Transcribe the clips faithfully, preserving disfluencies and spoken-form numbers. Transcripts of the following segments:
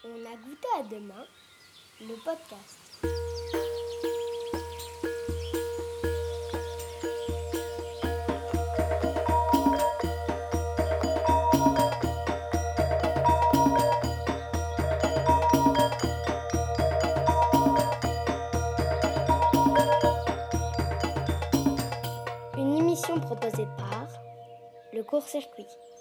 On a goûté à demain, le podcast. Une émission proposée par le court-circuit.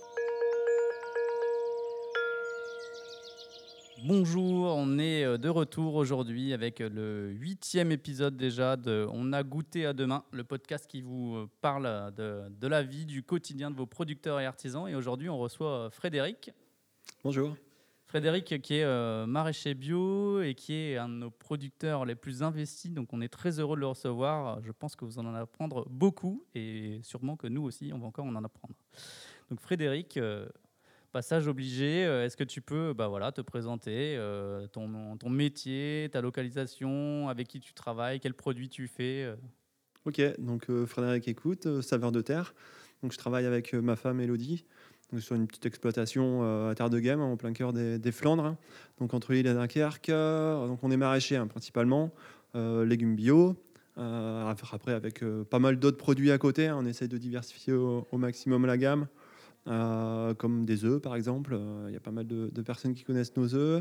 Bonjour, on est de retour aujourd'hui avec le huitième épisode déjà de On a goûté à demain, le podcast qui vous parle de, de la vie, du quotidien de vos producteurs et artisans. Et aujourd'hui, on reçoit Frédéric. Bonjour. Frédéric qui est euh, maraîcher bio et qui est un de nos producteurs les plus investis. Donc on est très heureux de le recevoir. Je pense que vous en allez apprendre beaucoup et sûrement que nous aussi, on va encore en apprendre. Donc Frédéric... Euh, Passage obligé, est-ce que tu peux bah voilà, te présenter, euh, ton, ton métier, ta localisation, avec qui tu travailles, quels produits tu fais euh. Ok, donc euh, Frédéric écoute, euh, saveur de terre. Donc je travaille avec euh, ma femme Elodie, donc sur une petite exploitation euh, à Terre de Gamme, en plein cœur des, des Flandres, donc entre Lille et Dunkerque. Euh, donc on est maraîcher hein, principalement, euh, légumes bio. Euh, après avec euh, pas mal d'autres produits à côté, hein, on essaye de diversifier au, au maximum la gamme. Euh, comme des œufs par exemple, il euh, y a pas mal de, de personnes qui connaissent nos œufs.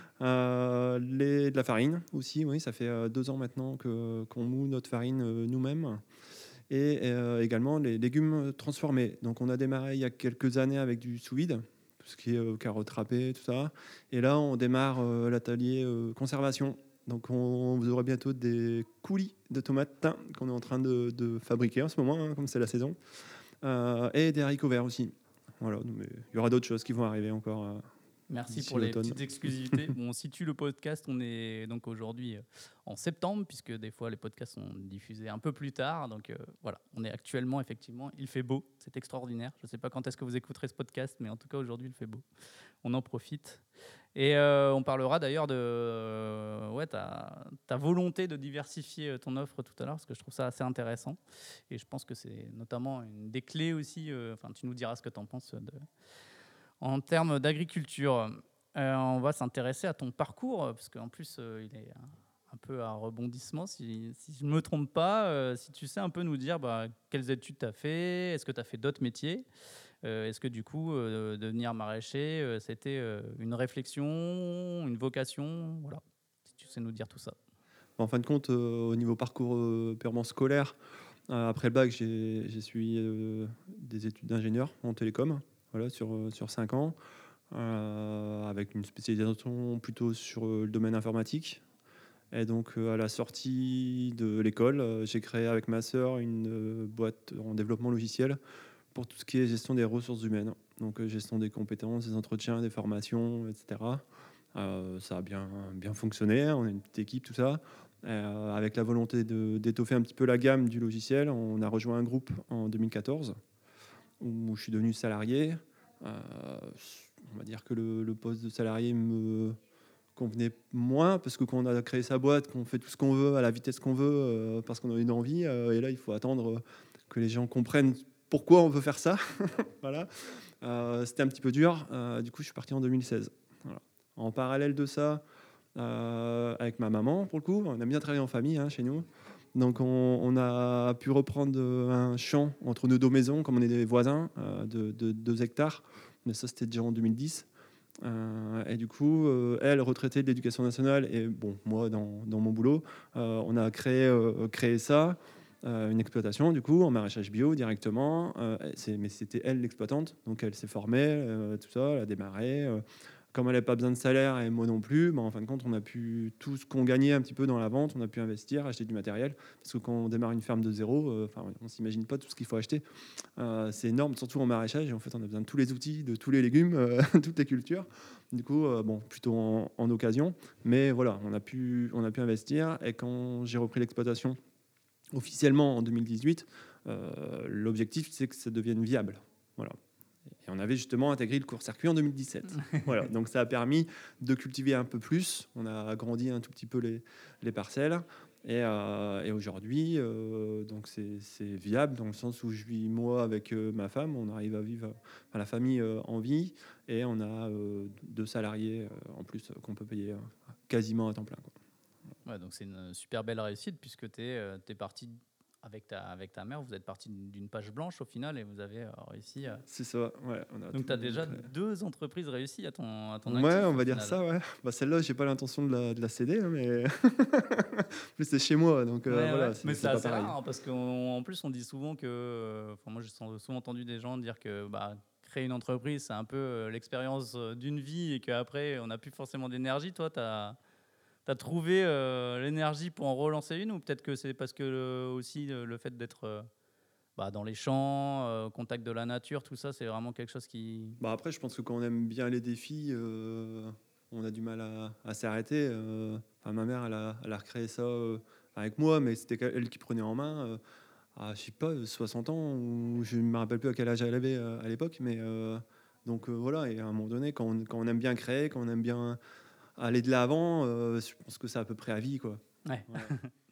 Euh, les, de la farine aussi, oui, ça fait euh, deux ans maintenant que, qu'on moue notre farine euh, nous-mêmes. Et euh, également les légumes transformés. Donc on a démarré il y a quelques années avec du sous-vide, tout ce qui est euh, carottes râpées, tout ça. Et là on démarre euh, l'atelier euh, conservation. Donc on, vous aurez bientôt des coulis de tomates hein, qu'on est en train de, de fabriquer en ce moment, hein, comme c'est la saison. Euh, et des haricots verts aussi. Voilà, mais il y aura d'autres choses qui vont arriver encore. Euh, Merci d'ici pour les l'automne. petites exclusivités. Bon, on situe le podcast, on est donc aujourd'hui en septembre, puisque des fois les podcasts sont diffusés un peu plus tard. Donc euh, voilà, on est actuellement, effectivement, il fait beau, c'est extraordinaire. Je ne sais pas quand est-ce que vous écouterez ce podcast, mais en tout cas aujourd'hui il fait beau. On en profite. Et euh, on parlera d'ailleurs de euh, ouais, ta, ta volonté de diversifier ton offre tout à l'heure, parce que je trouve ça assez intéressant. Et je pense que c'est notamment une des clés aussi, euh, enfin tu nous diras ce que tu en penses, de, en termes d'agriculture. Euh, on va s'intéresser à ton parcours, parce qu'en plus euh, il est un, un peu à rebondissement, si, si je ne me trompe pas. Euh, si tu sais un peu nous dire bah, quelles études tu as fait, est-ce que tu as fait d'autres métiers? Euh, est-ce que du coup, euh, devenir maraîcher, euh, c'était euh, une réflexion, une vocation? Voilà, si tu sais nous dire tout ça. En fin de compte, euh, au niveau parcours euh, purement scolaire, euh, après le bac, j'ai, j'ai suivi euh, des études d'ingénieur en télécom, voilà, sur, euh, sur cinq ans, euh, avec une spécialisation plutôt sur euh, le domaine informatique. Et donc, euh, à la sortie de l'école, euh, j'ai créé avec ma sœur une euh, boîte en développement logiciel pour tout ce qui est gestion des ressources humaines. Donc, euh, gestion des compétences, des entretiens, des formations, et cetera. Euh, ça a bien, bien fonctionné, on a une petite équipe, tout ça. Euh, avec la volonté de, d'étoffer un petit peu la gamme du logiciel, on a rejoint un groupe en deux mille quatorze où je suis devenu salarié. Euh, on va dire que le, le poste de salarié me convenait moins parce que quand on a créé sa boîte, qu'on fait tout ce qu'on veut à la vitesse qu'on veut euh, parce qu'on a une envie, euh, et là il faut attendre que les gens comprennent pourquoi on veut faire ça. Voilà. Euh, c'était un petit peu dur. Euh, du coup, je suis parti en deux mille seize. Voilà. En parallèle de ça, euh, avec ma maman, pour le coup, on a bien travaillé en famille hein, chez nous. Donc, on, on a pu reprendre un champ entre nos deux maisons, comme on est des voisins, euh, de, de deux hectares. Mais ça, c'était déjà en deux mille dix. Euh, et du coup, euh, elle, retraitée de l'éducation nationale, et bon, moi, dans, dans mon boulot, euh, on a créé, euh, créé ça. Euh, une exploitation du coup en maraîchage bio directement, euh, c'est, mais c'était elle l'exploitante, donc elle s'est formée, euh, tout ça, elle a démarré. Euh, comme elle n'avait pas besoin de salaire et moi non plus, bah, en fin de compte, on a pu tout ce qu'on gagnait un petit peu dans la vente, on a pu investir, acheter du matériel, parce que quand on démarre une ferme de zéro, euh, on s'imagine pas tout ce qu'il faut acheter. Euh, c'est énorme, surtout en maraîchage. Et en fait, on a besoin de tous les outils, de tous les légumes, euh, toutes les cultures. Du coup, euh, bon, plutôt en, en occasion, mais voilà, on a pu, on a pu investir. Et quand j'ai repris l'exploitation officiellement en deux mille dix-huit, euh, l'objectif c'est que ça devienne viable. Voilà. Et on avait justement intégré le court-circuit en deux mille dix-sept. Voilà. Donc ça a permis de cultiver un peu plus. On a agrandi un tout petit peu les, les parcelles. Et, euh, et aujourd'hui, euh, donc c'est, c'est viable dans le sens où je vis moi avec euh, ma femme, on arrive à vivre, enfin, la famille euh, en vie, et on a euh, deux salariés euh, en plus euh, qu'on peut payer euh, quasiment à temps plein, quoi. Ouais, donc c'est une super belle réussite puisque tu es parti avec ta, avec ta mère, vous êtes parti d'une page blanche au final et vous avez euh, réussi à... C'est ça, ouais. On a Donc tu as tout déjà créé. deux entreprises réussies à ton, à ton Ouais, actif on au va dire final. ça, ouais. Bah, celle-là, j'ai pas l'intention de la, de la céder, hein, mais en plus c'est chez moi, donc euh, Ouais, voilà, ouais. c'est, Mais c'est c'est pas assez pareil. rare hein, parce qu'en plus on dit souvent que, euh, enfin moi j'ai souvent entendu des gens dire que bah, créer une entreprise c'est un peu euh, l'expérience euh, d'une vie et qu'après on n'a plus forcément d'énergie. Toi, tu as trouvé euh, l'énergie pour en relancer une ou peut-être que c'est parce que euh, aussi euh, le fait d'être euh, bah, dans les champs, euh, au contact de la nature, tout ça c'est vraiment quelque chose qui... Bah après, je pense que quand on aime bien les défis, euh, on a du mal à, à s'arrêter. euh. Enfin, ma mère, elle a, elle a recréé ça euh, avec moi, mais c'était elle qui prenait en main. euh, à, je sais pas, soixante ans, ou je ne me rappelle plus à quel âge elle avait euh, à l'époque, mais euh, donc euh, voilà. Et à un moment donné, quand on, quand on aime bien créer, quand on aime bien aller de l'avant, euh, je pense que c'est à peu près à vie, quoi. Ouais. Voilà.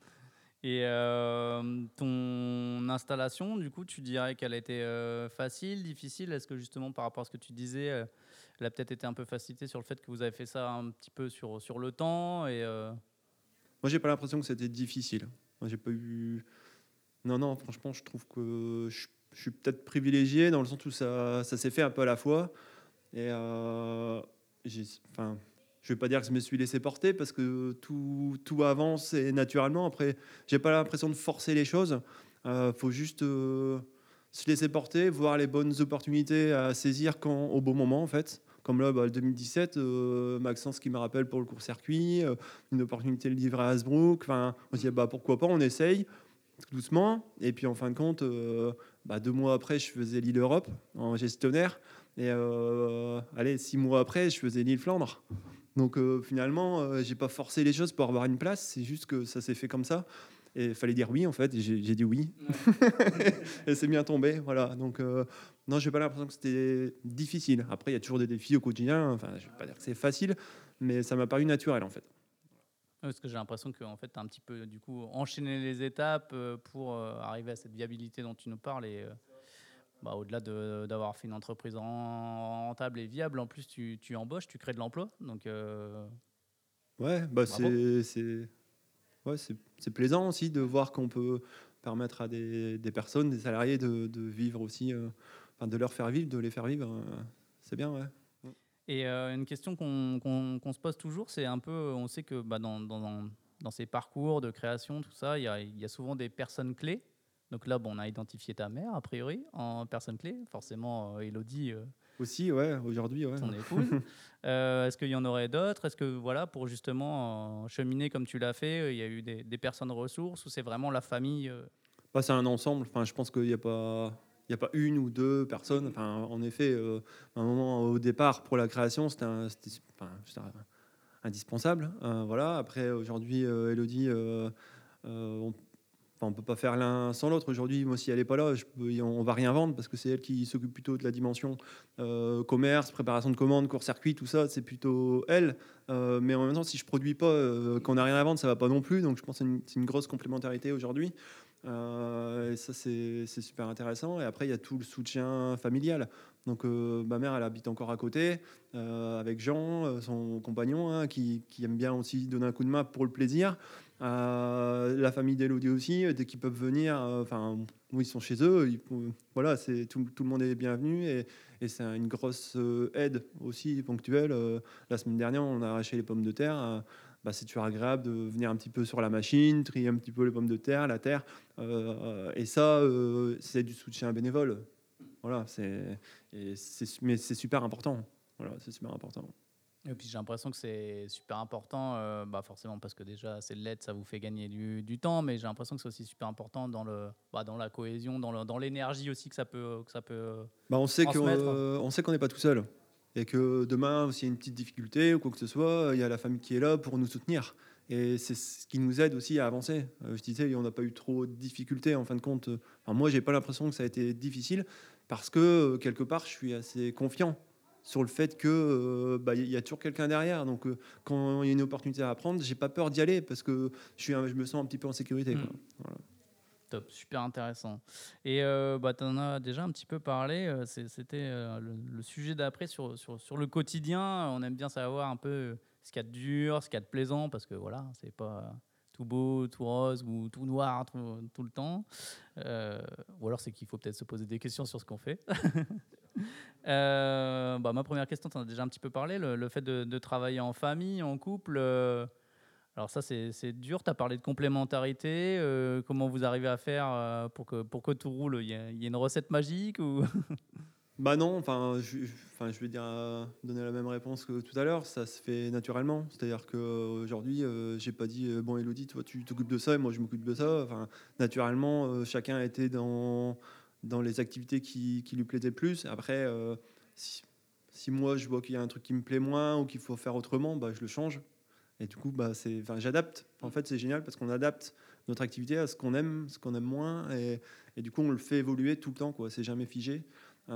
Et euh, ton installation, du coup, tu dirais qu'elle a été euh, facile, difficile? Est-ce que justement, par rapport à ce que tu disais, euh, elle a peut-être été un peu facilitée sur le fait que vous avez fait ça un petit peu sur, sur le temps et, euh, Moi, j'ai pas l'impression que c'était difficile. Moi, j'ai pas eu. Non, non, franchement, je trouve que je, je suis peut-être privilégié dans le sens où ça, ça s'est fait un peu à la fois. Et euh, j'ai, enfin, je vais pas dire que je me suis laissé porter parce que tout, tout avance et naturellement. Après, j'ai pas l'impression de forcer les choses. Euh, faut juste euh, se laisser porter, voir les bonnes opportunités à saisir quand, au bon moment, en fait. Comme là, bah, le deux mille dix-sept, euh, Maxence qui me rappelle pour le court-circuit, euh, une opportunité de livrer à Hasbrook. Enfin, on se dit, bah, pourquoi pas, on essaye doucement. Et puis en fin de compte, euh, bah, deux mois après, je faisais l'île Europe en gestionnaire. Et euh, allez, six mois après, je faisais l'île Flandre. Donc euh, finalement, euh, j'ai pas forcé les choses pour avoir une place. C'est juste que ça s'est fait comme ça. Et il fallait dire oui, en fait. Et j'ai, j'ai dit oui. Ouais. Et c'est bien tombé. Voilà. Donc euh, non, j'ai pas l'impression que c'était difficile. Après, il y a toujours des défis au quotidien. Enfin, je vais pas dire que c'est facile, mais ça m'a paru naturel, en fait. parce que j'ai l'impression que en fait, tu as un petit peu du coup enchaîné les étapes euh, pour euh, arriver à cette viabilité dont tu nous parles et euh, bah, au-delà de, d'avoir fait une entreprise en- rentable et viable, en plus tu, tu embauches, tu crées de l'emploi, donc euh, Ouais, bah bravo. c'est, c'est, ouais, c'est, c'est plaisant aussi de voir qu'on peut permettre à des, des personnes, des salariés de, de vivre aussi, euh, enfin de leur faire vivre, de les faire vivre. euh, c'est bien, ouais. Et euh, une question qu'on qu'on- qu'on se pose toujours, c'est un peu, on sait que bah, dans, dans, dans- dans ces parcours de création, tout ça, il y a, il y a souvent des personnes clés. Donc là, bon, on a identifié ta mère, a priori, en personne clé. Forcément, euh, Élodie, euh, Aussi, ouais, aujourd'hui, ouais. ton épouse. Euh, Est-ce qu'il y en aurait d'autres? Est-ce que, voilà, pour justement euh, cheminer comme tu l'as fait, euh, il y a eu des, des personnes ressources ou c'est vraiment la famille euh, Bah, c'est un ensemble. Enfin, je pense qu'il n'y a pas, il y a pas une ou deux personnes. Enfin, en effet, euh, à un moment au départ pour la création, c'était, un- c'était, enfin, c'était un- indispensable. Euh, voilà. Après, aujourd'hui, euh, Elodie, euh, euh, on Enfin, on peut pas faire l'un sans l'autre. Aujourd'hui, moi, si elle est pas là, je peux, on va rien vendre parce que c'est elle qui s'occupe plutôt de la dimension euh, commerce, préparation de commandes, court-circuit, tout ça. C'est plutôt elle. Euh, mais en même temps, si je produis pas, euh, qu'on n'a rien à vendre, ça va pas non plus. Donc, je pense que c'est une, c'est une grosse complémentarité aujourd'hui. Euh, et ça, c'est c'est super intéressant. Et après, il y a tout le soutien familial. Donc, euh, ma mère, elle habite encore à côté euh, avec Jean, euh, son compagnon, hein, qui, qui aime bien aussi donner un coup de main pour le plaisir. Euh, la famille d'Elodie aussi, euh, dès qu'ils peuvent venir, euh, enfin, où ils sont chez eux, ils, voilà, c'est tout, tout le monde est bienvenu et, et c'est une grosse euh, aide aussi ponctuelle. Euh, la semaine dernière, on a arraché les pommes de terre. Euh, bah, c'est toujours agréable de venir un petit peu sur la machine, trier un petit peu les pommes de terre, la terre, euh, et ça, euh, c'est du soutien bénévole. Voilà, c'est, et c'est, mais c'est super important. Voilà, c'est super important. Et puis j'ai l'impression que c'est super important, euh, bah forcément parce que déjà c'est de l'aide, ça vous fait gagner du, du temps, mais j'ai l'impression que c'est aussi super important dans, le, bah, dans la cohésion, dans, le, dans l'énergie aussi que ça peut, que ça peut euh, Bah, on sait qu'on transmettre. euh, on sait qu'on n'est pas tout seul et que demain, s'il y a une petite difficulté ou quoi que ce soit, il y a la famille qui est là pour nous soutenir. Et c'est ce qui nous aide aussi à avancer. Euh, je disais, on n'a pas eu trop de difficultés en fin de compte. Enfin, moi, j'ai pas l'impression que ça a été difficile parce que euh, quelque part, je suis assez confiant. sur le fait que euh, bah, il y a toujours quelqu'un derrière. Donc, euh, quand il y a une opportunité à apprendre, j'ai pas peur d'y aller parce que je, suis un- je me sens un petit peu en sécurité, quoi. Mm. Voilà. Top, super intéressant. Et euh, bah, tu en as déjà un petit peu parlé, euh, c'est- c'était euh, le, le sujet d'après sur, sur, sur le quotidien. On aime bien savoir un peu ce qu'il y a de dur, ce qu'il y a de plaisant, parce que voilà, c'est pas tout beau, tout rose ou tout noir tout, tout le temps. Euh, ou alors c'est qu'il faut peut-être se poser des questions sur ce qu'on fait. Euh, bah, ma première question, tu en as déjà un petit peu parlé, le, le fait de, de travailler en famille, en couple. euh, alors ça, c'est c'est dur. Tu as parlé de complémentarité. euh, comment vous arrivez à faire euh, pour, que, pour que tout roule? Il y a, il y a une recette magique ou... Bah non, enfin, je, je- enfin, je vais dire, euh, donner la même réponse que tout à l'heure, ça se fait naturellement. C'est-à-dire qu'aujourd'hui, euh, j'ai pas dit, euh, bon, Elodie, toi, tu t'occupes de ça et moi, je m'occupe de ça. Enfin, naturellement, euh, chacun était dans, dans les activités qui, qui lui plaisaient plus. Après, euh, si, si moi, je vois qu'il y a un truc qui me plaît moins ou qu'il faut faire autrement, bah, je le change. Et du coup, bah, c'est, enfin, j'adapte. En fait, c'est génial parce qu'on adapte notre activité à ce qu'on aime, ce qu'on aime moins. Et, et du coup, on le fait évoluer tout le temps, quoi. C'est jamais figé.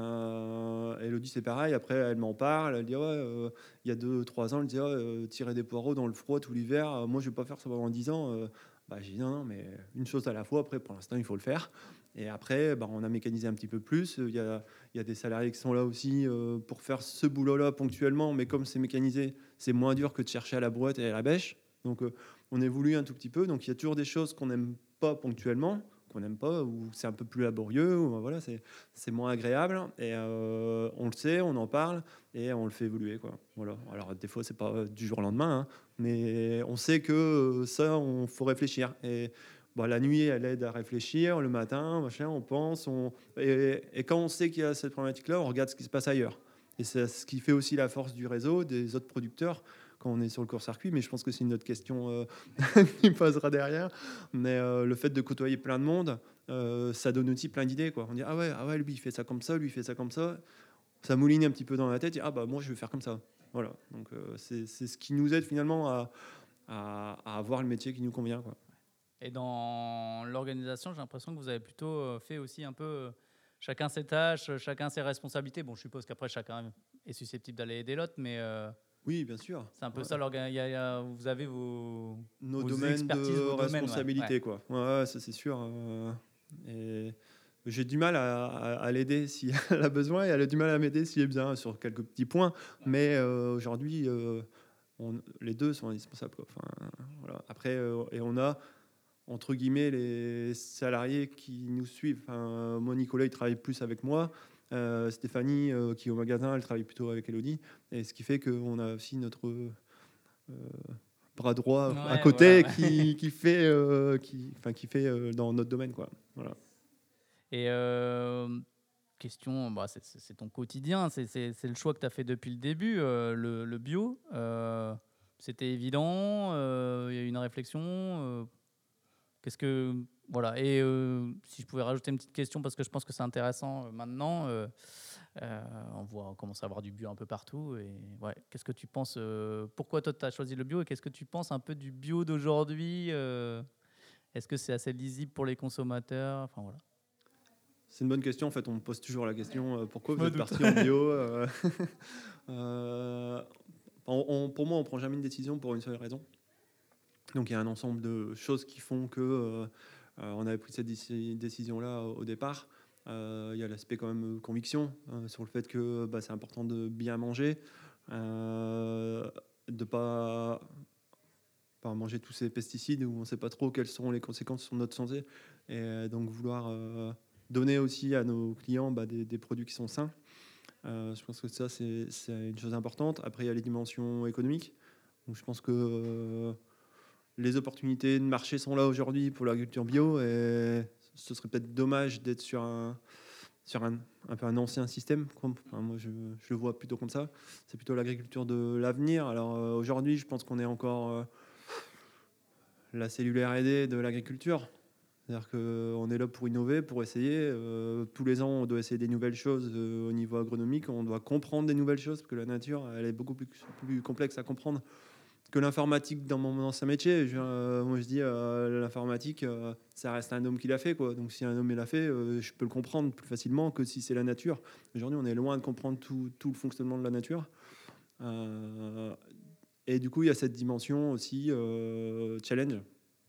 Euh, Elodie, c'est pareil. Après, elle m'en parle. Elle dit, ouais, euh, il y a deux, trois ans, elle dit, ouais, euh, tirer des poireaux dans le froid tout l'hiver. euh, moi, je vais pas faire ça pendant dix ans. Euh, bah, j'ai dit, non, non, mais une chose à la fois. Après, pour l'instant, il faut le faire. Et après, bah, on a mécanisé un petit peu plus. Il y a, il y a des salariés qui sont là aussi euh, pour faire ce boulot-là ponctuellement. Mais comme c'est mécanisé, c'est moins dur que de chercher à la brouette et à la bêche. Donc, euh, on évolue un tout petit peu. Donc, il y a toujours des choses qu'on n'aime pas ponctuellement, qu'on n'aime pas, ou c'est un peu plus laborieux, ou ben voilà, c'est, c'est moins agréable. Et euh, on le sait, on en parle, et on le fait évoluer, quoi. Voilà. Alors, des fois, c'est pas du jour au lendemain, hein, mais on sait que euh, ça, on faut réfléchir. Et bah, la nuit, elle aide à réfléchir. Le matin, machin, on pense. On... Et, et quand on sait qu'il y a cette problématique-là, on regarde ce qui se passe ailleurs. Et c'est ce qui fait aussi la force du réseau, des autres producteurs, quand on est sur le court-circuit. Mais je pense que c'est une autre question euh, qui passera derrière. Mais euh, le fait de côtoyer plein de monde, euh, ça donne aussi plein d'idées, quoi. On dit, ah ouais, ah ouais, lui, il fait ça comme ça, lui, il fait ça comme ça. Ça mouline un petit peu dans la tête. Et, ah bah, moi, je vais faire comme ça. Voilà. Donc, euh, c'est, c'est ce qui nous aide finalement à, à, à avoir le métier qui nous convient, quoi. Et dans l'organisation, j'ai l'impression que vous avez plutôt euh, fait aussi un peu euh, chacun ses tâches, euh, chacun ses responsabilités. Bon, je suppose qu'après, chacun est susceptible d'aller aider l'autre, mais euh, Oui, bien sûr. c'est un peu Ouais. ça. l'orga- il y a- il y a- Vous avez vos, Nos vos domaines de expertises, vos domaines. Ouais. responsabilité, Ouais. quoi. Ouais, ouais, ça c'est sûr. euh, et j'ai du mal à, à- à l'aider si elle a besoin et elle a du mal à m'aider s'il est bien sur quelques petits points. Mais euh, aujourd'hui, euh, on- les deux sont indispensables, quoi. Enfin, voilà. Après, euh, et on a entre guillemets les salariés qui nous suivent. Enfin, moi, Nicolas, il travaille plus avec moi. Euh, Stéphanie, euh, qui est au magasin, elle travaille plutôt avec Elodie. Et ce qui fait qu'on a aussi notre euh, bras droit à Ouais, voilà. côté qui, qui fait, euh, qui, enfin, qui fait euh, dans notre domaine, quoi. Voilà. Et euh, question, bah, c'est, c'est- c'est ton quotidien, c'est, c'est- c'est le choix que tu as fait depuis le début, euh, le, le bio. euh, c'était évident, euh, il y a eu une réflexion. euh, Qu'est-ce que. Voilà. Et euh, si je pouvais rajouter une petite question, parce que je pense que c'est intéressant euh, maintenant, euh, euh, on voit, on commence à avoir du bio un peu partout. Et ouais, qu'est-ce que tu penses euh, pourquoi toi, tu as choisi le bio et qu'est-ce que tu penses un peu du bio d'aujourd'hui euh, Est-ce que c'est assez lisible pour les consommateurs Enfin voilà. C'est une bonne question. En fait, on me pose toujours la question euh, pourquoi Je vous me êtes doute. parti en bio euh, euh, on- on- Pour moi, on prend jamais une décision pour une seule raison. Donc, il y a un ensemble de choses qui font que euh, euh, on avait pris cette déci- décision-là au au départ. Euh, Il y a l'aspect quand même euh, conviction euh, sur le fait que bah, c'est important de bien manger, euh, de pas pas manger tous ces pesticides où on ne sait pas trop quelles seront les conséquences sur notre santé. Et euh, donc vouloir euh, donner aussi à nos clients bah, des, des produits qui sont sains. Euh, je pense que ça, c'est c'est une chose importante. Après, il y a les dimensions économiques. Donc, je pense que euh, les opportunités de marché sont là aujourd'hui pour l'agriculture bio. Et ce serait peut-être dommage d'être sur un, sur un, un peu un ancien système. Enfin, moi, je, je le vois plutôt comme ça. C'est plutôt l'agriculture de l'avenir. Alors euh, aujourd'hui, je pense qu'on est encore... euh, la cellulaire R et D de l'agriculture. C'est-à-dire qu'on est là pour innover, pour essayer. Euh, tous les ans, on doit essayer des nouvelles choses euh, au niveau agronomique. On doit comprendre des nouvelles choses, parce que la nature, elle est beaucoup plus, plus complexe à comprendre que l'informatique dans mon ancien métier. Je, euh, moi, je dis euh, l'informatique, euh, ça reste un homme qui l'a fait, quoi. Donc, si un homme l'a fait, euh, je peux le comprendre plus facilement que si c'est la nature. Aujourd'hui, on est loin de comprendre tout, tout le fonctionnement de la nature. Euh, et du coup, il y a cette dimension aussi euh, challenge.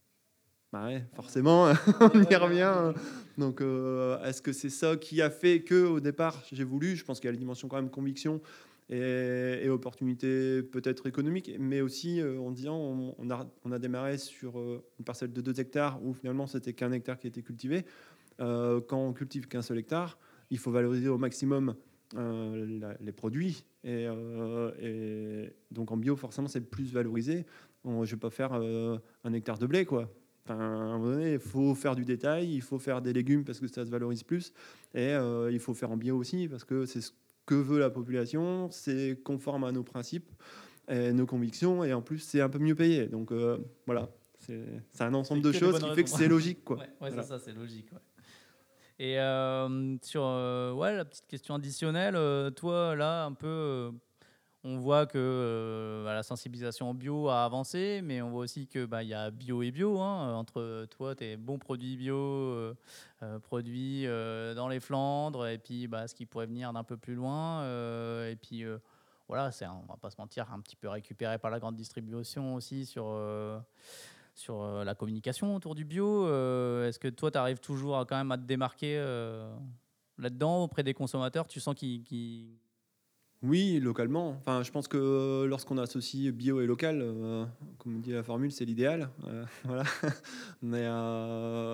Bah ouais, forcément, on y revient. Donc, euh, est-ce que c'est ça qui a fait que au départ j'ai voulu? Je pense qu'il y a la dimension quand même conviction et, et opportunité peut-être économique, mais aussi euh, en disant on, on, a, on a démarré sur euh, une parcelle de deux hectares où finalement c'était qu'un hectare qui était cultivé. Euh, quand on cultive qu'un seul hectare, il faut valoriser au maximum euh, la, les produits. Et, euh, et donc en bio, forcément, c'est plus valorisé. On, je ne vais pas faire euh, un hectare de blé, quoi. Enfin, à un moment donné, il faut faire du détail, il faut faire des légumes parce que ça se valorise plus. Et euh, il faut faire en bio aussi parce que c'est ce que veut la population, c'est conforme à nos principes et nos convictions. Et en plus, c'est un peu mieux payé. Donc euh, voilà, c'est, c'est un ensemble C'est de que des choses bonnes qui fait que raisons. c'est logique, quoi. Ouais, ouais, Voilà. c'est ça, c'est logique. Ouais. Et euh, sur euh, ouais, la petite question additionnelle, euh, toi, là, un peu, euh, on voit que euh, bah, la sensibilisation en bio a avancé, mais on voit aussi que bah, y a bio et bio. Hein, entre toi, tes bons produits bio, euh, euh, produits euh, dans les Flandres, et puis bah, ce qui pourrait venir d'un peu plus loin. Euh, et puis euh, voilà, c'est, un- on va pas se mentir, un petit peu récupéré par la grande distribution aussi sur. Euh, sur euh, la communication autour du bio. Euh, est-ce que toi, tu arrives toujours à, quand même à te démarquer euh, là-dedans auprès des consommateurs? Tu sens qu'ils... qu'ils- Oui, localement. Enfin, je pense que lorsqu'on associe bio et local, euh, comme dit la formule, c'est l'idéal. Euh, voilà. Mais euh,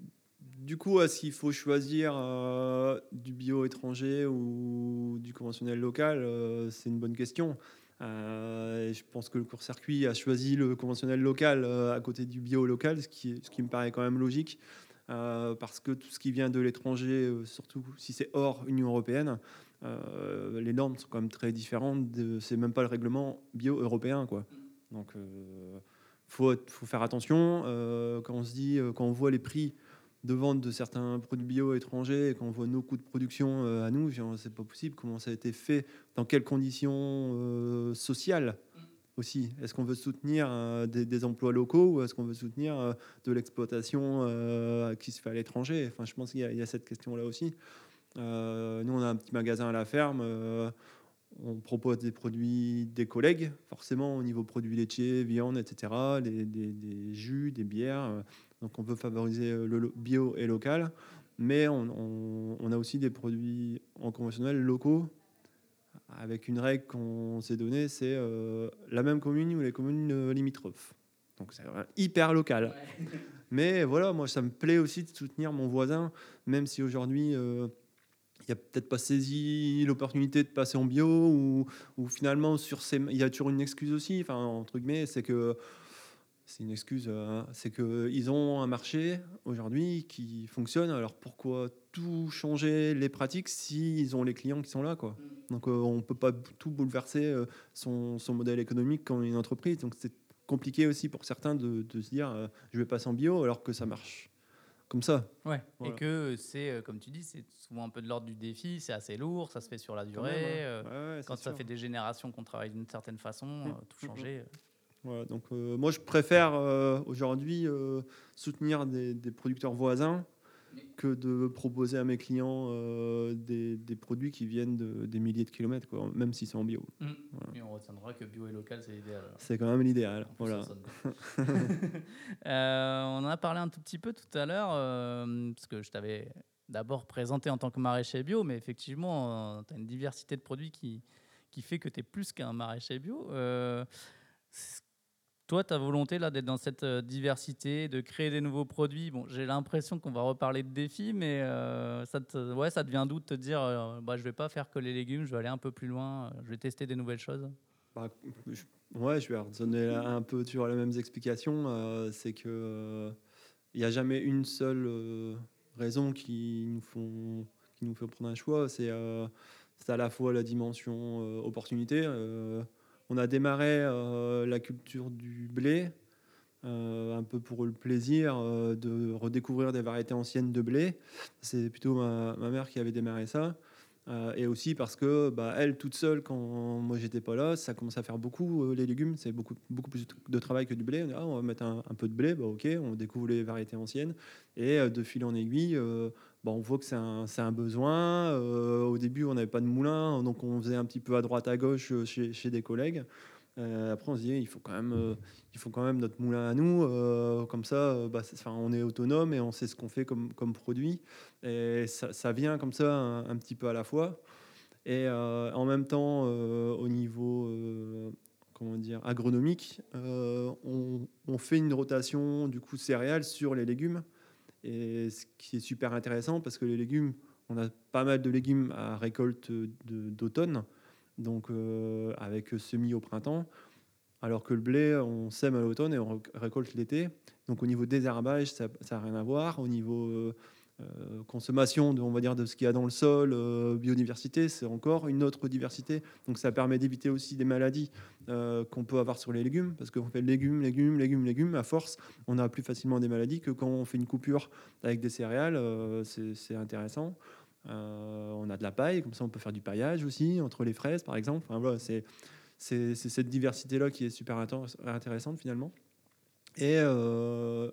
du coup, est-ce qu'il faut choisir euh, du bio étranger ou du conventionnel local? Euh, c'est une bonne question. Euh, et je pense que le court-circuit a choisi le conventionnel local euh, à côté du bio local, ce qui, est- ce qui me paraît quand même logique. Euh, parce que tout ce qui vient de l'étranger, euh, surtout si c'est hors Union européenne, euh, les normes sont quand même très différentes. De, c'est même pas le règlement bio européen, quoi. Donc, euh, faut, faut faire attention. Euh, quand on se dit, euh, quand on voit les prix de vente de certains produits bio étrangers et quand on voit nos coûts de production euh, à nous, c'est pas possible. Comment ça a été fait? Dans quelles conditions euh, sociales aussi? Est-ce qu'on veut soutenir euh, des, des emplois locaux ou est-ce qu'on veut soutenir euh, de l'exploitation euh, qui se fait à l'étranger? Enfin, je pense qu'il y a, il y a cette question-là aussi. Euh, nous, on a un petit magasin à la ferme. Euh, on propose des produits des collègues, forcément au niveau produits laitiers, viande, et cetera, des, des- des jus, des bières. euh, Donc on veut favoriser euh, le lo- bio et local, mais on, on- on a aussi des produits en conventionnel locaux, avec une règle qu'on s'est donnée, c'est euh, la même commune ou les communes euh, limitrophes. Donc c'est vraiment hyper local. Mais voilà, moi ça me plaît aussi de soutenir mon voisin, même si aujourd'hui... euh, il a peut-être pas saisi l'opportunité de passer en bio ou, ou finalement sur ces, il y a toujours une excuse aussi, enfin entre guillemets, c'est que c'est une excuse, euh, c'est que ils ont un marché aujourd'hui qui fonctionne. Alors pourquoi tout changer les pratiques si ils ont les clients qui sont là, quoi. Donc euh, on peut pas tout bouleverser euh, son, son modèle économique quand on est une entreprise. Donc c'est compliqué aussi pour certains de, de se dire euh, je vais passer en bio alors que ça marche comme ça. Ouais. Et Voilà. que c'est, euh, comme tu dis, c'est souvent un peu de l'ordre du défi, c'est assez lourd, ça se fait sur la Quand même, hein. durée. euh, Ouais, ouais, c'est quand ça sûr. fait des générations qu'on travaille d'une certaine façon, Mm, euh, tout mm, mm. changer. euh. Voilà, donc euh, moi je préfère euh, aujourd'hui euh, soutenir des, des producteurs voisins que de proposer à mes clients euh, des, des produits qui viennent de, des milliers de kilomètres, quoi, même si c'est en bio. Mm. Voilà. Et on retiendra que bio et local, c'est l'idéal. alors. C'est quand même l'idéal. En plus, Voilà. ça sonne bien. Euh, on en a parlé un tout petit peu tout à l'heure, euh, parce que je t'avais d'abord présenté en tant que maraîcher bio, mais effectivement, tu as une diversité de produits qui, qui fait que tu es plus qu'un maraîcher bio. Euh, c- toi, ta volonté là, d'être dans cette euh, diversité, de créer des nouveaux produits, bon, j'ai l'impression qu'on va reparler de défis, mais euh, ça, te, ouais, ça devient d'où de te dire, euh, bah, je vais pas faire que les légumes, je vais aller un peu plus loin, euh, je vais tester des nouvelles choses. Bah, je, ouais, je vais redonner un peu toujours les mêmes explications. Euh, c'est que euh, il n'y a jamais une seule euh, raison qui nous font qui nous fait prendre un choix. C'est euh, c'est à la fois la dimension euh, opportunité. Euh, on a démarré euh, la culture du blé euh, un peu pour le plaisir euh, de redécouvrir des variétés anciennes de blé. C'est plutôt ma, ma mère qui avait démarré ça. Euh, et aussi parce que bah, elle, toute seule, quand moi j'étais pas là, ça commençait à faire beaucoup euh, les légumes. C'est beaucoup, beaucoup plus de travail que du blé. On, dit, ah, on va mettre un, un peu de blé, bah, ok, on découvre les variétés anciennes. Et euh, de fil en aiguille, euh, bah, on voit que c'est un, c'est un besoin. Euh, au début, on n'avait pas de moulin, donc on faisait un petit peu à droite, à gauche euh, chez, chez des collègues. Euh, après, on se dit, il faut quand même, euh, il faut quand même notre moulin à nous. Euh, comme ça, euh, bah, c'est- 'fin, on est autonome et on sait ce qu'on fait comme, comme produit. Et ça, ça vient comme ça un, un petit peu à la fois. Et euh, en même temps, euh, au niveau euh, comment dire, agronomique, euh, on, on fait une rotation du coup céréales sur les légumes. Et ce qui est super intéressant parce que les légumes, on a pas mal de légumes à récolte de- d'automne, donc euh, avec semis au printemps, alors que le blé, on sème à l'automne et on récolte l'été. Donc au niveau désherbage, ça n'a rien à voir. Au niveau euh, euh, consommation de, on va dire, de ce qu'il y a dans le sol, euh, biodiversité, c'est encore une autre diversité. Donc ça permet d'éviter aussi des maladies euh, qu'on peut avoir sur les légumes, parce qu'on fait légumes, légumes, légumes, légumes. À force, on a plus facilement des maladies que quand on fait une coupure avec des céréales. Euh, c'est, c'est intéressant. Euh, on a de la paille, comme ça on peut faire du paillage aussi, entre les fraises par exemple. Enfin, voilà, c'est, c'est, c'est cette diversité-là qui est super intéressante finalement. Et euh,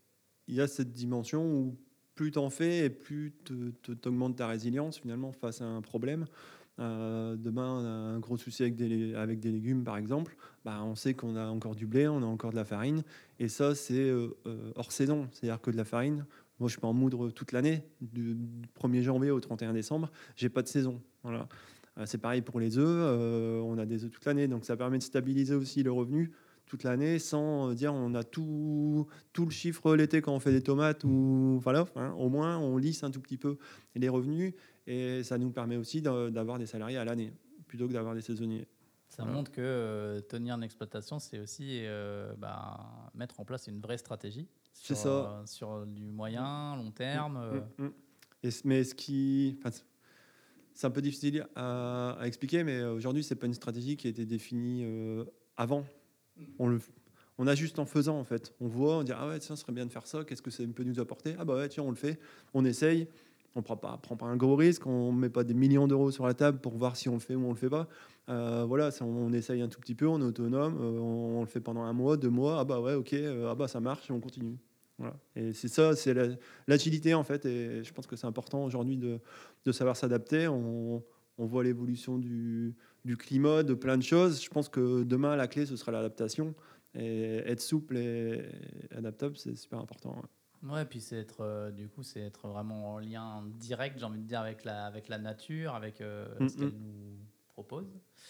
il y a cette dimension où plus tu en fais et plus tu augmentes ta résilience finalement face à un problème. Euh, demain, on a un gros souci avec des, avec des légumes, par exemple. Bah, on sait qu'on a encore du blé, on a encore de la farine. Et ça, c'est euh, euh, hors saison. C'est-à-dire que de la farine, moi, je peux en moudre toute l'année, du, du premier janvier au trente et un décembre. J'ai pas de saison. Voilà. Euh, c'est pareil pour les œufs. Euh, on a des œufs toute l'année. Donc, ça permet de stabiliser aussi le revenu toute l'année sans dire on a tout, tout le chiffre l'été quand on fait des tomates ou voilà, hein, au moins on lisse un tout petit peu les revenus et ça nous permet aussi d'avoir des salariés à l'année plutôt que d'avoir des saisonniers. Ça Voilà. montre que euh, tenir une exploitation, c'est aussi euh, bah, mettre en place une vraie stratégie C'est sur, ça. euh, sur du moyen, long terme. Mm, euh. mm, mm. Et, mais ce qui, enfin, c'est un peu difficile à, à expliquer, mais aujourd'hui c'est pas une stratégie qui a été définie euh, avant. On le On a juste en faisant, en fait. On voit, on dit, ah ouais, tiens, ce serait bien de faire ça, qu'est-ce que ça peut nous apporter? Ah bah ouais, tiens, on le fait, on essaye, on prend pas, prend pas un gros risque, on met pas des millions d'euros sur la table pour voir si on le fait ou on le fait pas. Euh, voilà, ça, on essaye un tout petit peu, on est autonome, euh, on, on le fait pendant un mois, deux mois, ah bah ouais, ok, euh, ah bah ça marche et on continue. Voilà. Et c'est ça, c'est la- l'agilité, en fait, et je pense que c'est important aujourd'hui de, de savoir s'adapter. On, on voit l'évolution du, du climat, de plein de choses. Je pense que demain, la clé, ce sera l'adaptation. Et être souple et adaptable, c'est super important. Ouais, puis c'est être, euh, du coup, c'est être vraiment en lien direct, j'ai envie de dire, avec la, avec la nature, avec euh, Mm ce -mm. qu'elle nous propose.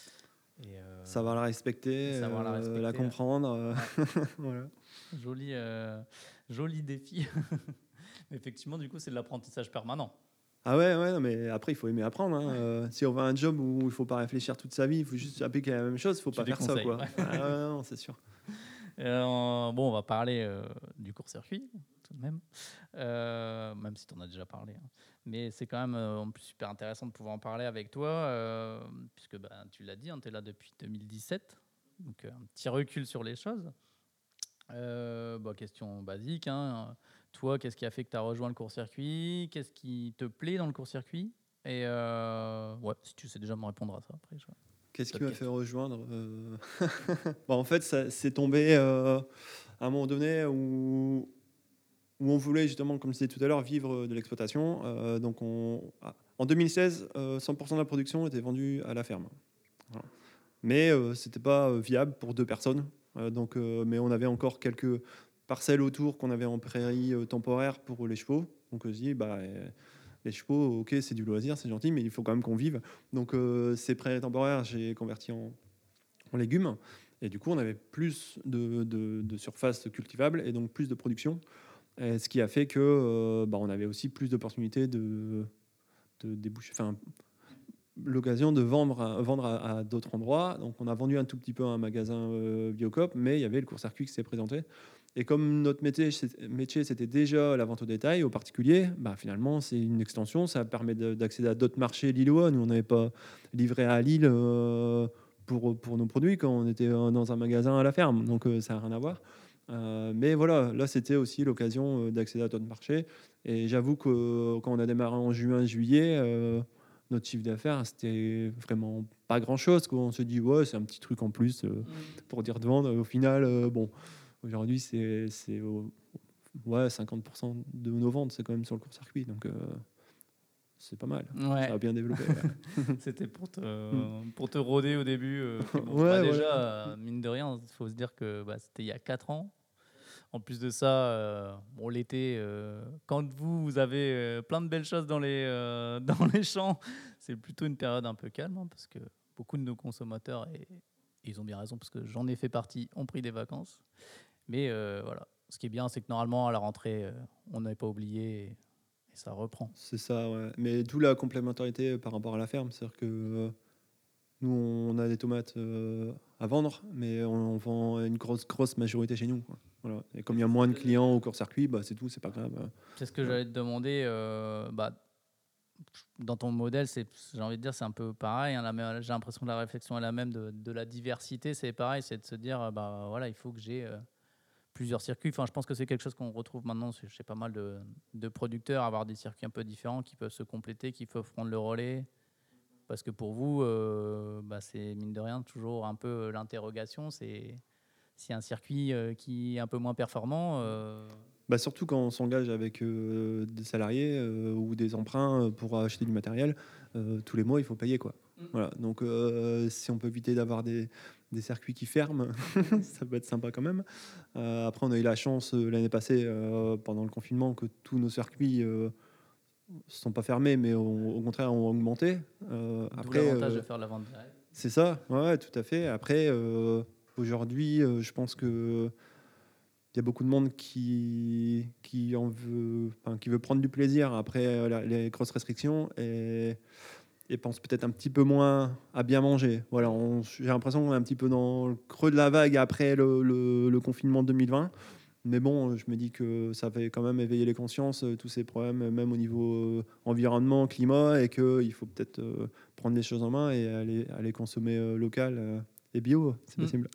Et, euh, Savoir la respecter, et savoir la euh, respecter. la comprendre. euh, Ouais. voilà. Joli, euh, joli défi. Mais effectivement, du coup, c'est de l'apprentissage permanent. Ah ouais, ouais, non, mais après, il faut aimer apprendre. Hein. Euh, si on veut un job où il ne faut pas réfléchir toute sa vie, il faut juste appliquer la même chose, il ne faut Tu pas faire ça. déconseilles, Quoi. ouais. Ah, ouais, non, c'est sûr. Euh, bon, on va parler euh, du court-circuit, tout de même, euh, même si tu en as déjà parlé. Hein. Mais c'est quand même euh, en plus super intéressant de pouvoir en parler avec toi, euh, puisque bah, tu l'as dit, hein, tu es là depuis deux mille dix-sept, donc euh, un petit recul sur les choses. Euh, bah, question basique, hein. Toi, qu'est-ce qui a fait que tu as rejoint le court-circuit? Qu'est-ce qui te plaît dans le court-circuit? Et euh, ouais, si tu sais déjà me répondre à ça après. Je... Qu'est-ce qui D'autres m'a fait questions. rejoindre euh... bon, En fait, ça, c'est tombé euh, à un moment donné où, où on voulait justement, comme je disais tout à l'heure, vivre de l'exploitation. Euh, donc on... ah, en deux mille seize, euh, cent pour cent de la production était vendue à la ferme. Voilà. Mais euh, ce n'était pas euh, viable pour deux personnes. Euh, donc, euh, mais on avait encore quelques parcelles autour qu'on avait en prairie euh, temporaire pour les chevaux. Donc on se dit, bah, euh, les chevaux, ok, c'est du loisir, c'est gentil, mais il faut quand même qu'on vive. Donc euh, ces prairies temporaires, j'ai converti en, en légumes. Et du coup, on avait plus de, de, de surface cultivable et donc plus de production. Et ce qui a fait que euh, bah, on avait aussi plus d'opportunités de, de déboucher. Enfin, l'occasion de vendre à, vendre à, à d'autres endroits. Donc, on a vendu un tout petit peu à un magasin euh, Biocop, mais il y avait le court-circuit qui s'est présenté. Et comme notre métier, métier c'était déjà la vente au détail, au particulier, bah, finalement, c'est une extension. Ça permet de, d'accéder à d'autres marchés lillois. Nous, on n'avait pas livré à Lille euh, pour, pour nos produits quand on était dans un magasin à la ferme. Donc, euh, ça n'a rien à voir. Euh, mais voilà, là, c'était aussi l'occasion d'accéder à d'autres marchés. Et j'avoue que quand on a démarré en juin, juillet, euh, notre chiffre d'affaires, c'était vraiment pas grand-chose, quoi. On se dit, ouais, c'est un petit truc en plus euh, Mm. pour dire de vendre. Au final, euh, bon, aujourd'hui, c'est, c'est au- ouais, cinquante pour cent de nos ventes, c'est quand même sur le court-circuit. Donc, euh, c'est pas mal. Ouais. Ça a bien développé. Ouais, C'était pour te, pour te rôder au début. euh, puis bon, ouais, bah voilà. déjà, euh, mine de rien, il faut se dire que bah, c'était il y a quatre ans. En plus de ça, euh, bon, l'été, euh, quand vous, vous avez euh, plein de belles choses dans les, euh, dans les champs, c'est plutôt une période un peu calme, hein, parce que beaucoup de nos consommateurs, et, et ils ont bien raison, parce que j'en ai fait partie, ont pris des vacances. Mais euh, voilà, ce qui est bien, c'est que normalement, à la rentrée, euh, on n'avait pas oublié, et, et ça reprend. C'est ça, ouais. Mais d'où la complémentarité par rapport à la ferme. C'est-à-dire que euh, nous, on a des tomates euh, à vendre, mais on, on vend une grosse, grosse majorité chez nous, quoi. Voilà. Et comme il y a moins de clients au court-circuit, bah, c'est tout, c'est pas grave. C'est ce que Ouais. j'allais te demander. euh, bah, dans ton modèle, c'est, j'ai envie de dire, c'est un peu pareil, hein, la même- j'ai l'impression que la réflexion est la même de, de la diversité, c'est pareil, c'est de se dire, euh, bah voilà, il faut que j'ai euh, plusieurs circuits. Enfin, je pense que c'est quelque chose qu'on retrouve maintenant chez chez pas mal de, de producteurs, avoir des circuits un peu différents qui peuvent se compléter, qui peuvent prendre le relais. Parce que pour vous, euh, bah, c'est mine de rien toujours un peu l'interrogation. C'est si un circuit euh, qui est un peu moins performant. euh, Bah, surtout quand on s'engage avec euh, des salariés euh, ou des emprunts euh, pour acheter du matériel, euh, tous les mois, il faut payer, quoi. Mm. Voilà. Donc, euh, si on peut éviter d'avoir des, des circuits qui ferment, ça peut être sympa quand même. Euh, après, on a eu la chance euh, l'année passée, euh, pendant le confinement, que tous nos circuits euh, se sont pas fermés, mais ont- au contraire ont augmenté. Euh, D'où après, l'avantage de euh, faire la vente directe. c'est ça, ouais, ouais, tout à fait. Après, euh, aujourd'hui, euh, je pense que il y a beaucoup de monde qui, qui en veut, enfin, qui veut prendre du plaisir après euh, la- les grosses restrictions et, et pense peut-être un petit peu moins à bien manger. Voilà, on- j'ai l'impression qu'on est un petit peu dans le creux de la vague après le, le- le confinement de deux mille vingt. Mais bon, je me dis que ça fait quand même éveiller les consciences, euh, tous ces problèmes, euh, même au niveau euh, environnement, climat, et qu'il faut peut-être euh, prendre les choses en main et aller, aller consommer euh, local euh, et bio, c'est Mm. possible.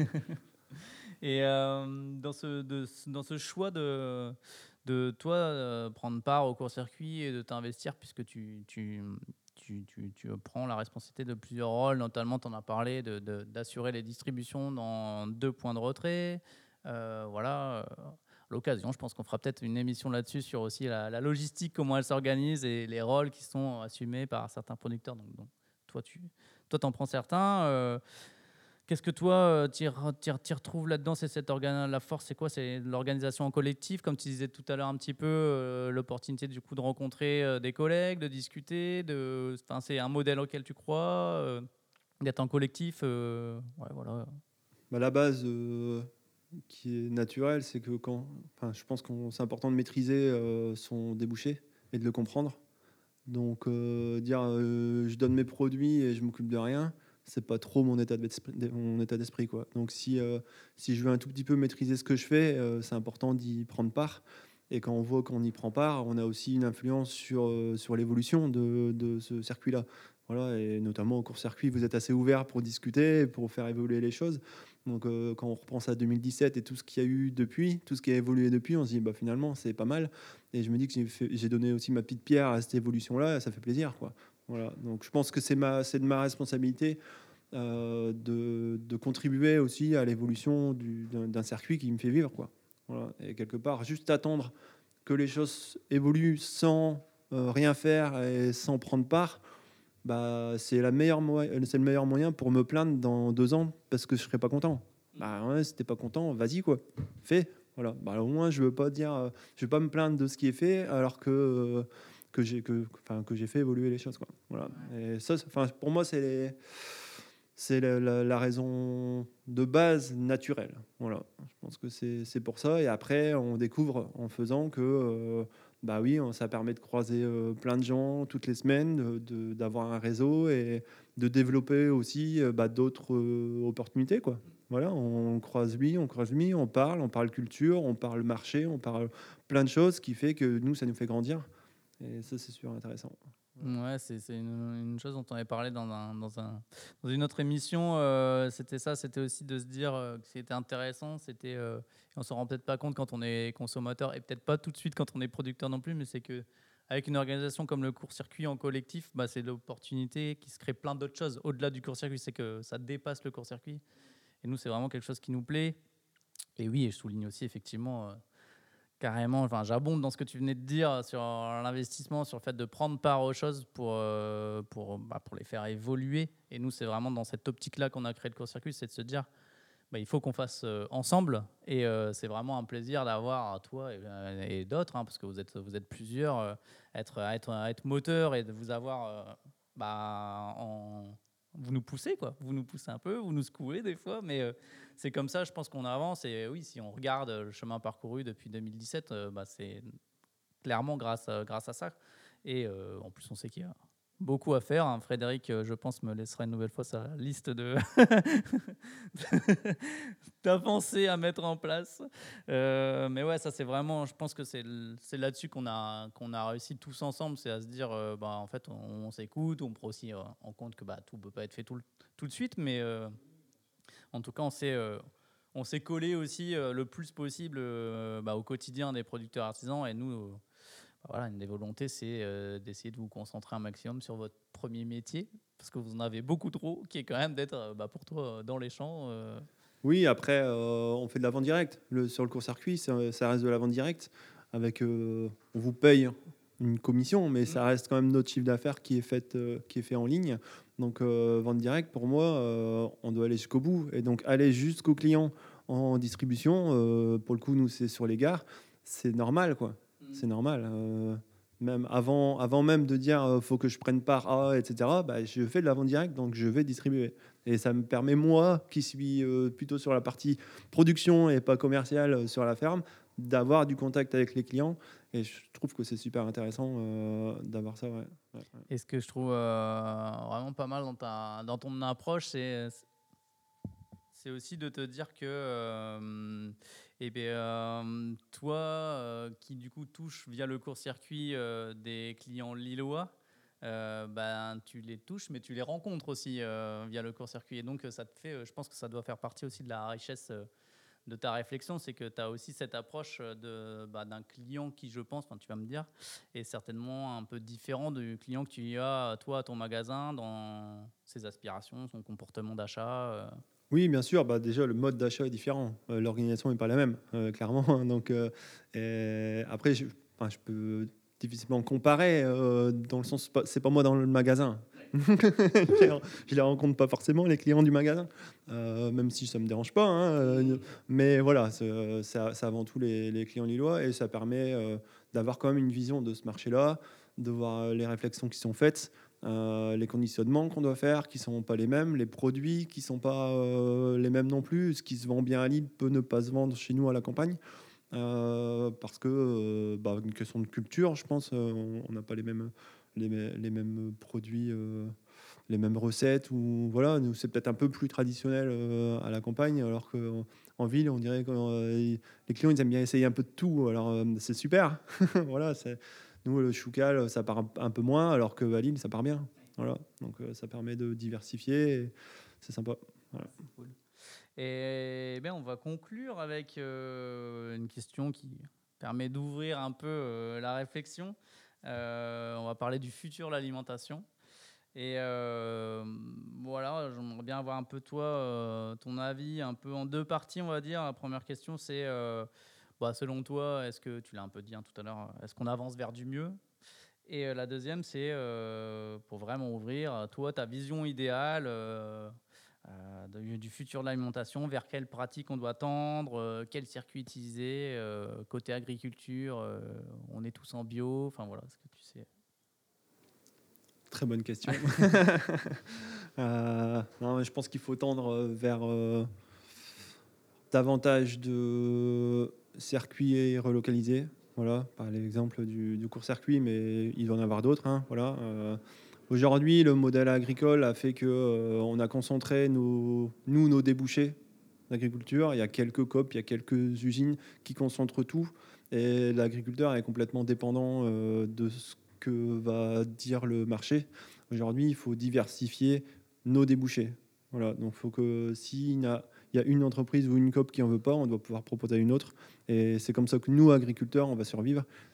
Et euh, dans, ce, de, dans ce choix de, de toi euh, prendre part au court-circuit et de t'investir, puisque tu, tu, tu, tu, tu prends la responsabilité de plusieurs rôles, notamment tu en as parlé, de, de, d'assurer les distributions dans deux points de retrait. Euh, voilà. euh, à l'occasion, je pense qu'on fera peut-être une émission là-dessus sur aussi la, la logistique, comment elle s'organise et les rôles qui sont assumés par certains producteurs. Donc, donc toi, tu toi, t'en prends certains. Euh, Qu'est-ce que toi, tu y retrouves là-dedans? C'est cette organe, la force, c'est quoi? C'est l'organisation en collectif, comme tu disais tout à l'heure un petit peu, euh, l'opportunité du coup de rencontrer euh, des collègues, de discuter, de, enfin, c'est un modèle auquel tu crois, euh, d'être en collectif. euh, ouais, voilà. Bah, la base euh, qui est naturelle, c'est que quand, enfin, je pense que c'est important de maîtriser euh, son débouché et de le comprendre. Donc, euh, dire euh, je donne mes produits et je m'occupe de rien, c'est pas trop mon état d'esprit, mon état d'esprit, quoi. Donc, si, euh, si je veux un tout petit peu maîtriser ce que je fais, euh, c'est important d'y prendre part. Et quand on voit qu'on y prend part, on a aussi une influence sur, euh, sur l'évolution de, de ce circuit-là. Voilà, et notamment au court-circuit, vous êtes assez ouvert pour discuter, pour faire évoluer les choses. Donc, euh, quand on repense à deux mille dix-sept et tout ce qu'il y a eu depuis, tout ce qui a évolué depuis, on se dit bah, finalement, c'est pas mal. Et je me dis que j'ai, fait- j'ai donné aussi ma petite pierre à cette évolution-là, ça fait plaisir, quoi. Voilà. Donc, je pense que c'est, ma, c'est de ma responsabilité euh, de, de contribuer aussi à l'évolution du- d'un, d'un circuit qui me fait vivre, quoi. Voilà. Et quelque part, juste attendre que les choses évoluent sans euh, rien faire et sans prendre part, bah, c'est, la meilleure mo- c'est le meilleur moyen pour me plaindre dans deux ans parce que je serai pas content. Bah ouais, si t'es pas content, vas-y, quoi, fais. Voilà. Bah, au moins, je veux pas dire, euh, je veux pas me plaindre de ce qui est fait alors que euh, que j'ai que, enfin, que j'ai fait évoluer les choses, quoi. Voilà. Et ça, c'est- enfin, pour moi, c'est les- c'est la, la- la raison de base naturelle. Voilà. Je pense que c'est c'est pour ça. Et après, on découvre en faisant que, euh, bah oui, on- ça permet de croiser euh, plein de gens toutes les semaines, de- de- d'avoir un réseau et de développer aussi euh, bah, d'autres euh, opportunités, quoi. Voilà, on croise lui, on croise lui, on parle, on parle culture, on parle marché, on parle plein de choses qui fait que nous, ça nous fait grandir. Et ça, c'est super intéressant. Ouais, c'est c'est une, une chose dont on avait parlé dans, un, dans, un, dans une autre émission. euh, c'était ça, c'était aussi de se dire euh, que c'était intéressant. C'était, euh, et on s'en rend peut-être pas compte quand on est consommateur et peut-être pas tout de suite quand on est producteur non plus, mais c'est que avec une organisation comme le court-circuit en collectif, bah, c'est l'opportunité qui se crée plein d'autres choses. Au-delà du court-circuit, c'est que ça dépasse le court-circuit. Et nous, c'est vraiment quelque chose qui nous plaît. Et oui, et je souligne aussi effectivement, euh, carrément, enfin, j'abonde dans ce que tu venais de dire sur l'investissement, sur le fait de prendre part aux choses pour, euh, pour, bah, pour les faire évoluer. Et nous, c'est vraiment dans cette optique-là qu'on a créé le court-circuit, c'est de se dire, bah, il faut qu'on fasse euh, ensemble. Et euh, c'est vraiment un plaisir d'avoir toi et, euh, et d'autres, hein, parce que vous êtes, vous êtes plusieurs, euh, être, être, être moteur et de vous avoir euh, bah, en... Vous nous poussez, quoi. Vous nous poussez un peu, vous nous secouez des fois, mais euh, c'est comme ça, je pense qu'on avance. Et oui, si on regarde le chemin parcouru depuis deux mille dix-sept, euh, bah, c'est clairement grâce à, grâce à ça. Et euh, en plus, on sait qu'il y a beaucoup à faire. Hein. Frédéric, euh, je pense, me laissera une nouvelle fois sa liste de d'avancées à mettre en place. Euh, mais ouais, ça, c'est vraiment, je pense que c'est, c'est là-dessus qu'on a, qu'on a réussi tous ensemble. C'est à se dire, euh, bah, en fait, on, on s'écoute, on prend aussi euh, en compte que bah, tout ne peut pas être fait tout, le, tout de suite. Mais euh, en tout cas, on s'est, euh, on s'est collé aussi euh, le plus possible euh, bah, au quotidien des producteurs artisans. Et nous, euh, voilà, une des volontés, c'est euh, d'essayer de vous concentrer un maximum sur votre premier métier, parce que vous en avez beaucoup trop, qui est quand même d'être, euh, bah, pour toi, dans les champs. Euh... Oui, après, euh, on fait de la vente directe. Le, sur le court-circuit, ça, ça reste de la vente directe. Avec, euh, on vous paye une commission, mais ça reste quand même notre chiffre d'affaires qui est fait, euh, qui est fait en ligne. Donc, euh, vente directe, pour moi, euh, on doit aller jusqu'au bout. Et donc, aller jusqu'au client en distribution, euh, pour le coup, nous, c'est sur les gares, c'est normal, quoi. C'est normal. Euh, même avant, avant même de dire euh, faut que je prenne part à, et cetera, bah, je fais de la vente directe, donc je vais distribuer. Et ça me permet, moi, qui suis euh, plutôt sur la partie production et pas commerciale euh, sur la ferme, d'avoir du contact avec les clients. Et je trouve que c'est super intéressant euh, d'avoir ça. Ouais. Ouais, ouais. Et ce que je trouve euh, vraiment pas mal dans, ta, dans ton approche, c'est, c'est aussi de te dire que euh, eh bien, euh, toi, euh, qui du coup touche via le court-circuit euh, des clients lillois, euh, ben, tu les touches, mais tu les rencontres aussi euh, via le court-circuit. Et donc, ça te fait, je pense que ça doit faire partie aussi de la richesse euh, de ta réflexion, c'est que tu as aussi cette approche de, bah, d'un client qui, je pense, tu vas me dire, est certainement un peu différent du client que tu as, toi, à ton magasin, dans ses aspirations, son comportement d'achat. Euh. Oui, bien sûr. Bah, déjà, le mode d'achat est différent. Euh, l'organisation n'est pas la même, euh, clairement. Donc, euh, et après, je, enfin, je peux difficilement comparer, euh, dans le sens, c'est pas moi dans le magasin. Je les rencontre pas forcément, les clients du magasin, euh, même si ça me dérange pas. Hein, euh, mais voilà, c'est, c'est, c'est avant tout les, les clients lillois, et ça permet euh, d'avoir quand même une vision de ce marché-là, de voir les réflexions qui sont faites. Euh, les conditionnements qu'on doit faire qui sont pas les mêmes, les produits qui sont pas euh, les mêmes non plus. Ce qui se vend bien à Lille peut ne pas se vendre chez nous à la campagne, euh, parce que euh, bah, une question de culture, je pense. Euh, on n'a pas les mêmes les, les mêmes produits, euh, les mêmes recettes, ou voilà, nous c'est peut-être un peu plus traditionnel euh, à la campagne, alors qu'en en ville on dirait que euh, les clients ils aiment bien essayer un peu de tout. Alors euh, c'est super. Voilà, c'est nous, le choucal, ça part un peu moins, alors que à Lille, ça part bien. Voilà. Donc, euh, ça permet de diversifier. Et c'est sympa. Voilà. C'est cool. Et bien, on va conclure avec euh, une question qui permet d'ouvrir un peu euh, la réflexion. Euh, on va parler du futur de l'alimentation. Et euh, voilà, j'aimerais bien avoir un peu toi, euh, ton avis, un peu en deux parties, on va dire. La première question, c'est... Euh, Bah, selon toi, est-ce que, tu l'as un peu dit hein, tout à l'heure, est-ce qu'on avance vers du mieux? Et euh, la deuxième, c'est euh, pour vraiment ouvrir, toi, ta vision idéale euh, euh, de- du futur de l'alimentation, vers quelle pratique on doit tendre, euh, quel circuit utiliser, euh, côté agriculture, euh, on est tous en bio, enfin voilà, ce que tu sais. Très bonne question. euh, non, je pense qu'il faut tendre vers euh, davantage de circuits relocalisés. Voilà, par l'exemple du, du court-circuit, mais il va en avoir d'autres. Hein, voilà. Euh, aujourd'hui, le modèle agricole a fait que euh, on a concentré nos, nous, nos débouchés d'agriculture. Il y a quelques COP, il y a quelques usines qui concentrent tout. Et l'agriculteur est complètement dépendant euh, de ce que va dire le marché. Aujourd'hui, il faut diversifier nos débouchés. Voilà, donc il faut que s'il y a, il y a une entreprise ou une COP qui en veut pas, on doit pouvoir proposer à une autre. Et c'est comme ça que nous, agriculteurs, on va survivre.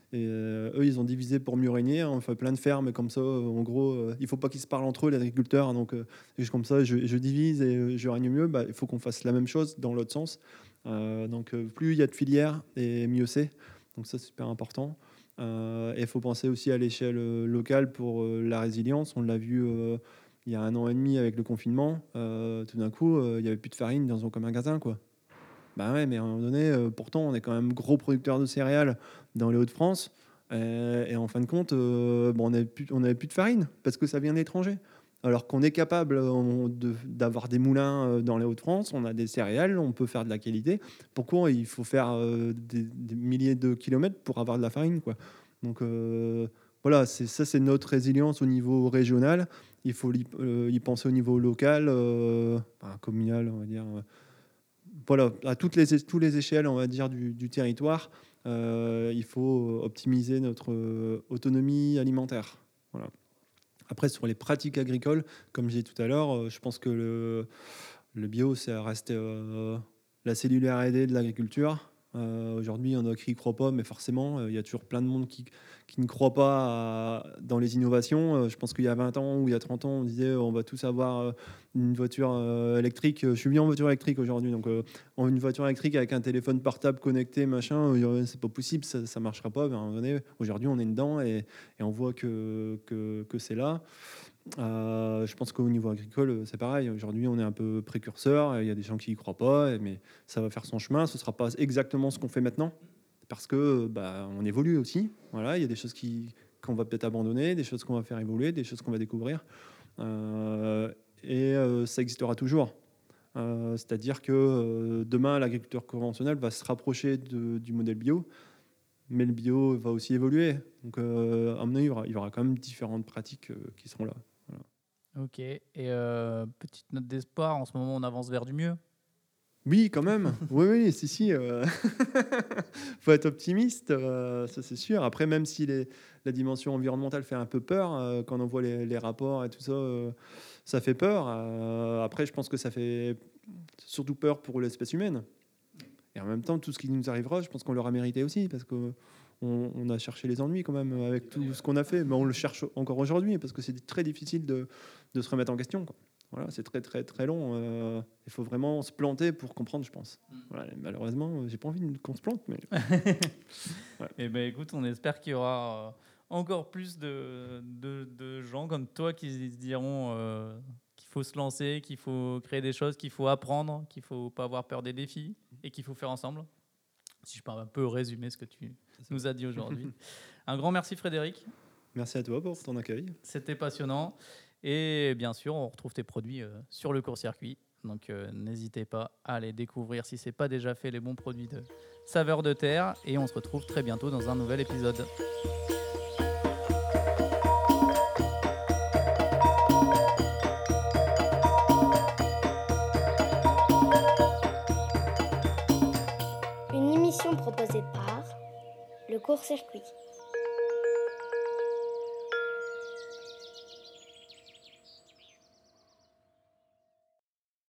Et euh, eux, ils ont divisé pour mieux régner. On fait plein de fermes comme ça. euh, En gros, euh, il faut pas qu'ils se parlent entre eux, les agriculteurs. Donc, euh, juste comme ça, je, je divise et euh, je règne mieux. Bah, il faut qu'on fasse la même chose dans l'autre sens. Euh, donc, euh, plus il y a de filières, et mieux c'est. Donc, ça, c'est super important. Euh, et il faut penser aussi à l'échelle euh, locale pour euh, la résilience. On l'a vu euh, il y a un an et demi avec le confinement. Euh, tout d'un coup, euh, il n'y avait plus de farine dans aucun magasin, quoi. Bah ouais, mais à un moment donné, euh, pourtant, on est quand même gros producteur de céréales dans les Hauts-de-France. Euh, et en fin de compte, euh, bon, on n'avait plus, on avait plus de farine parce que ça vient de l'étranger. Alors qu'on est capable euh, de- d'avoir des moulins euh, dans les Hauts-de-France, on a des céréales, on peut faire de la qualité. Pourquoi il faut faire euh, des, des milliers de kilomètres pour avoir de la farine, quoi. Donc euh, voilà, c'est, ça c'est notre résilience au niveau régional. Il faut y, euh, y penser au niveau local, euh, enfin, communal, on va dire. euh, voilà, à toutes les, tous les échelles, on va dire, du, du territoire, euh, il faut optimiser notre euh, autonomie alimentaire. Voilà. Après, sur les pratiques agricoles, comme j'ai dit tout à l'heure, euh, je pense que le, le bio, ça reste euh, la cellulaire R et D de l'agriculture. Euh, Aujourd'hui, il y en a qui ne croient pas, mais forcément, euh, il y a toujours plein de monde qui, qui ne croit pas à- dans les innovations. Euh, je pense qu'il y a vingt ans ou il y a trente ans, on disait euh, on va tous avoir euh, une voiture euh, électrique. Je suis bien en voiture électrique aujourd'hui. Donc, euh, en une voiture électrique avec un téléphone portable connecté, machin, euh, c'est pas possible, ça ne marchera pas. Mais à un moment donné, aujourd'hui, on est dedans et, et on voit que, que, que c'est là. Euh, je pense qu'au niveau agricole, c'est pareil. Aujourd'hui, on est un peu précurseur. Il y a des gens qui y croient pas, mais ça va faire son chemin. Ce sera pas exactement ce qu'on fait maintenant, parce que bah, on évolue aussi. Voilà, il y a des choses qui qu'on va peut-être abandonner, des choses qu'on va faire évoluer, des choses qu'on va découvrir, Euh, et euh, ça existera toujours. Euh, c'est-à-dire que euh, demain, l'agriculture conventionnelle va se rapprocher de- du modèle bio, mais le bio va aussi évoluer. Donc, euh, à mon avis, il y aura, il y aura quand même différentes pratiques euh, qui seront là. Voilà. Ok. Et euh, petite note d'espoir, en ce moment, on avance vers du mieux. Oui, quand même. Oui, oui, si, si. euh, faut être optimiste, euh, ça c'est sûr. Après, même si les- la dimension environnementale fait un peu peur, euh, quand on voit les, les rapports et tout ça, euh, ça fait peur. Euh, après, je pense que ça fait surtout peur pour l'espèce humaine. Et en même temps, tout ce qui nous arrivera, je pense qu'on l'aura mérité aussi, parce que on, on a cherché les ennuis quand même avec tout ce qu'on a fait, mais on le cherche encore aujourd'hui, parce que c'est très difficile de, de se remettre en question, quoi. Voilà, c'est très très très long. euh, Il faut vraiment se planter pour comprendre, je pense. Voilà, et malheureusement, j'ai pas envie de- qu'on se plante, mais ouais. Eh ben écoute, on espère qu'il y aura euh, encore plus de, de, de gens comme toi qui se diront euh, qu'il faut se lancer, qu'il faut créer des choses, qu'il faut apprendre, qu'il faut pas avoir peur des défis et qu'il faut faire ensemble. Si je peux un peu résumer ce que tu nous as dit aujourd'hui. Un grand merci Frédéric, Merci à toi pour ton accueil. c'était passionnant. Et bien sûr, on retrouve tes produits euh, sur le court-circuit. Donc euh, n'hésitez pas à aller découvrir si ce n'est pas déjà fait les bons produits de Saveurs de Terre. Et on se retrouve très bientôt dans un nouvel épisode. Une émission proposée par le court-circuit.